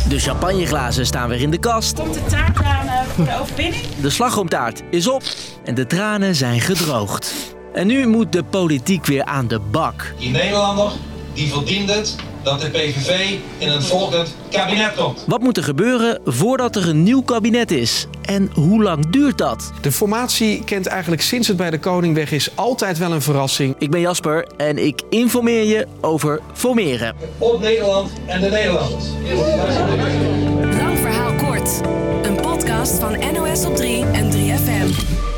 De champagneglazen staan weer in de kast. Komt de taart aan voor de overwinning? De slagroomtaart is op en de tranen zijn gedroogd. En nu moet de politiek weer aan de bak. Die Nederlander die verdient het dat de PVV in een volgend kabinet komt. Wat moet er gebeuren voordat er een nieuw kabinet is? En hoe lang duurt dat? De formatie kent eigenlijk sinds het bij de koning weg is altijd wel een verrassing. Ik ben Jasper en ik informeer je over formeren. Op Nederland en de Nederlanders. Lang verhaal kort. Een podcast van NOS op 3 en 3FM.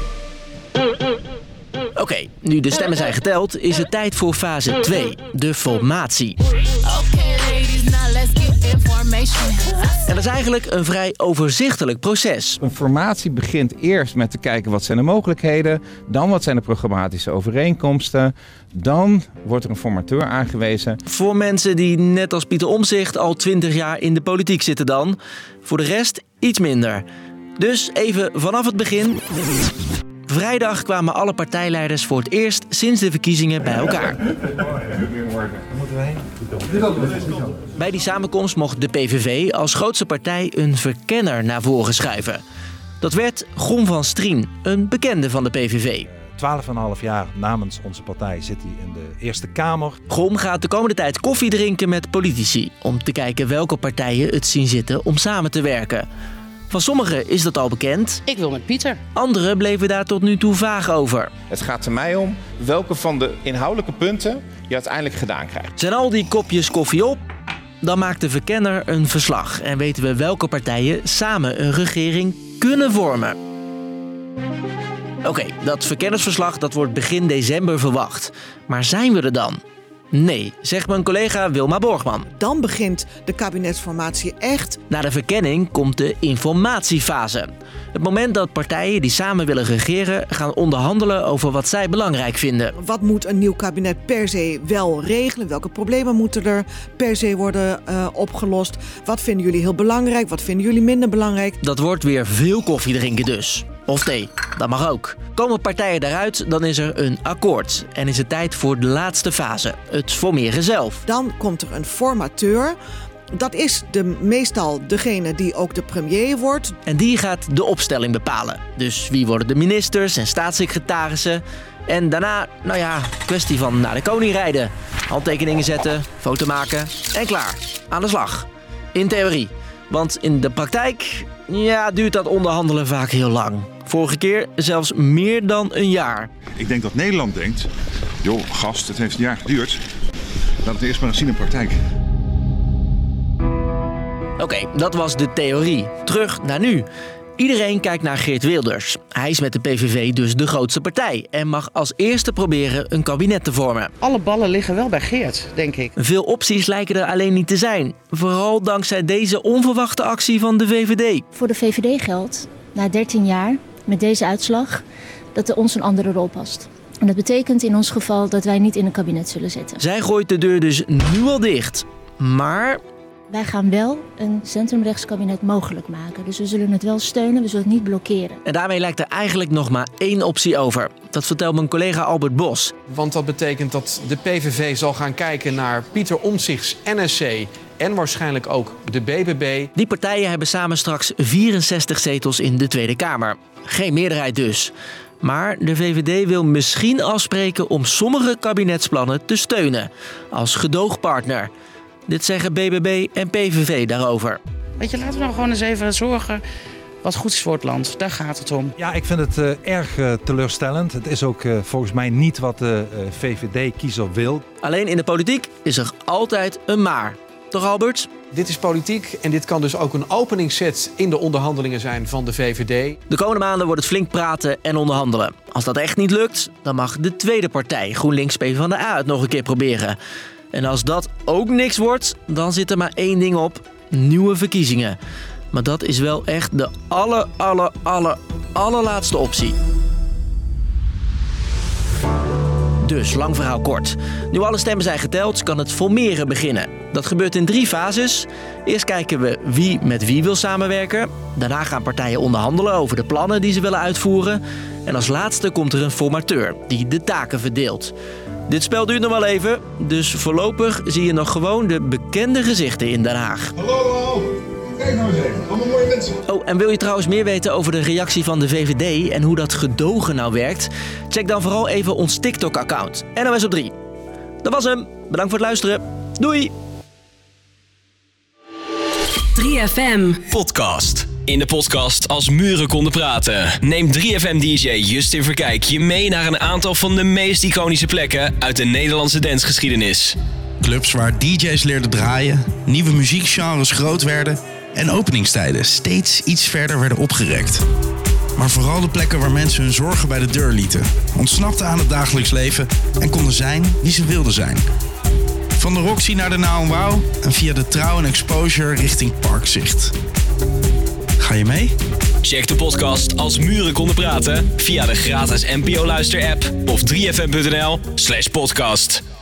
Oké, nu de stemmen zijn geteld, is het tijd voor fase 2, de formatie. En dat is eigenlijk een vrij overzichtelijk proces. Een formatie begint eerst met te kijken wat zijn de mogelijkheden, dan wat zijn de programmatische overeenkomsten, dan wordt er een formateur aangewezen. Voor mensen die net als Pieter Omtzigt al 20 jaar in de politiek zitten dan, voor de rest iets minder. Dus even vanaf het begin. Vrijdag kwamen alle partijleiders voor het eerst sinds de verkiezingen bij elkaar. Bij die samenkomst mocht de PVV als grootste partij een verkenner naar voren schuiven. Dat werd Gon van Strien, een bekende van de PVV. 12,5 jaar namens onze partij zit hij in de Eerste Kamer. Gon gaat de komende tijd koffie drinken met politici om te kijken welke partijen het zien zitten om samen te werken. Van sommigen is dat al bekend. Ik wil met Pieter. Anderen bleven daar tot nu toe vaag over. Het gaat er mij om welke van de inhoudelijke punten je uiteindelijk gedaan krijgt. Zijn al die kopjes koffie op? Dan maakt de verkenner een verslag en weten we welke partijen samen een regering kunnen vormen. Oké, dat verkennersverslag dat wordt begin december verwacht. Maar zijn we er dan? Nee, zegt mijn collega Wilma Borgman. Dan begint de kabinetsformatie echt. Na de verkenning komt de informatiefase. Het moment dat partijen die samen willen regeren gaan onderhandelen over wat zij belangrijk vinden. Wat moet een nieuw kabinet per se wel regelen? Welke problemen moeten er per se worden opgelost? Wat vinden jullie heel belangrijk? Wat vinden jullie minder belangrijk? Dat wordt weer veel koffie drinken dus. Of thee, dat mag ook. Komen partijen daaruit, dan is er een akkoord. En is het tijd voor de laatste fase, het formeren zelf. Dan komt er een formateur. Dat is meestal degene die ook de premier wordt. En die gaat de opstelling bepalen. Dus wie worden de ministers en staatssecretarissen. En daarna, kwestie van naar de koning rijden. Handtekeningen zetten, foto maken en klaar. Aan de slag. In theorie. Want in de praktijk, duurt dat onderhandelen vaak heel lang. Vorige keer zelfs meer dan een jaar. Ik denk dat Nederland denkt, joh gast, het heeft een jaar geduurd. Laat het eerst maar eens zien in praktijk. Oké, dat was de theorie. Terug naar nu. Iedereen kijkt naar Geert Wilders. Hij is met de PVV dus de grootste partij en mag als eerste proberen een kabinet te vormen. Alle ballen liggen wel bij Geert, denk ik. Veel opties lijken er alleen niet te zijn. Vooral dankzij deze onverwachte actie van de VVD. Voor de VVD geldt, na 13 jaar, met deze uitslag, dat er ons een andere rol past. En dat betekent in ons geval dat wij niet in een kabinet zullen zitten. Zij gooit de deur dus nu al dicht. Maar wij gaan wel een centrumrechtskabinet mogelijk maken. Dus we zullen het wel steunen, we zullen het niet blokkeren. En daarmee lijkt er eigenlijk nog maar één optie over. Dat vertelt mijn collega Albert Bos. Want dat betekent dat de PVV zal gaan kijken naar Pieter Omtzigts NSC en waarschijnlijk ook de BBB. Die partijen hebben samen straks 64 zetels in de Tweede Kamer. Geen meerderheid dus. Maar de VVD wil misschien afspreken om sommige kabinetsplannen te steunen. Als gedoogpartner. Dit zeggen BBB en PVV daarover. Weet je, laten we nou gewoon eens even zorgen wat goed is voor het land. Daar gaat het om. Ja, ik vind het erg teleurstellend. Het is ook volgens mij niet wat de VVD-kiezer wil. Alleen in de politiek is er altijd een maar. Toch, Albert? Dit is politiek en dit kan dus ook een openingszet in de onderhandelingen zijn van de VVD. De komende maanden wordt het flink praten en onderhandelen. Als dat echt niet lukt, dan mag de tweede partij, GroenLinks PvdA, het nog een keer proberen. En als dat ook niks wordt, dan zit er maar één ding op: nieuwe verkiezingen. Maar dat is wel echt de allerlaatste optie. Dus, lang verhaal kort. Nu alle stemmen zijn geteld, kan het formeren beginnen. Dat gebeurt in 3 fases. Eerst kijken we wie met wie wil samenwerken. Daarna gaan partijen onderhandelen over de plannen die ze willen uitvoeren. En als laatste komt er een formateur die de taken verdeelt. Dit spel duurt nog wel even, dus voorlopig zie je nog gewoon de bekende gezichten in Den Haag. Hallo! Kijk nou eens even, allemaal mooie mensen. Oh, en wil je trouwens meer weten over de reactie van de VVD en hoe dat gedogen nou werkt? Check dan vooral even ons TikTok-account, NOS op 3. Dat was hem. Bedankt voor het luisteren. Doei! 3FM Podcast. In de podcast Als Muren Konden Praten neemt 3FM-dj Justin Verkijk je mee naar een aantal van de meest iconische plekken uit de Nederlandse dancegeschiedenis. Clubs waar DJ's leerden draaien, nieuwe muziekgenres groot werden en openingstijden steeds iets verder werden opgerekt. Maar vooral de plekken waar mensen hun zorgen bij de deur lieten, ontsnapten aan het dagelijks leven en konden zijn wie ze wilden zijn. Van de Roxy naar de Now & Wow en via de Trouw en Exposure richting Parkzicht. Ga je mee? Check de podcast Als Muren Konden Praten via de gratis NPO Luister-app of 3fm.nl/podcast.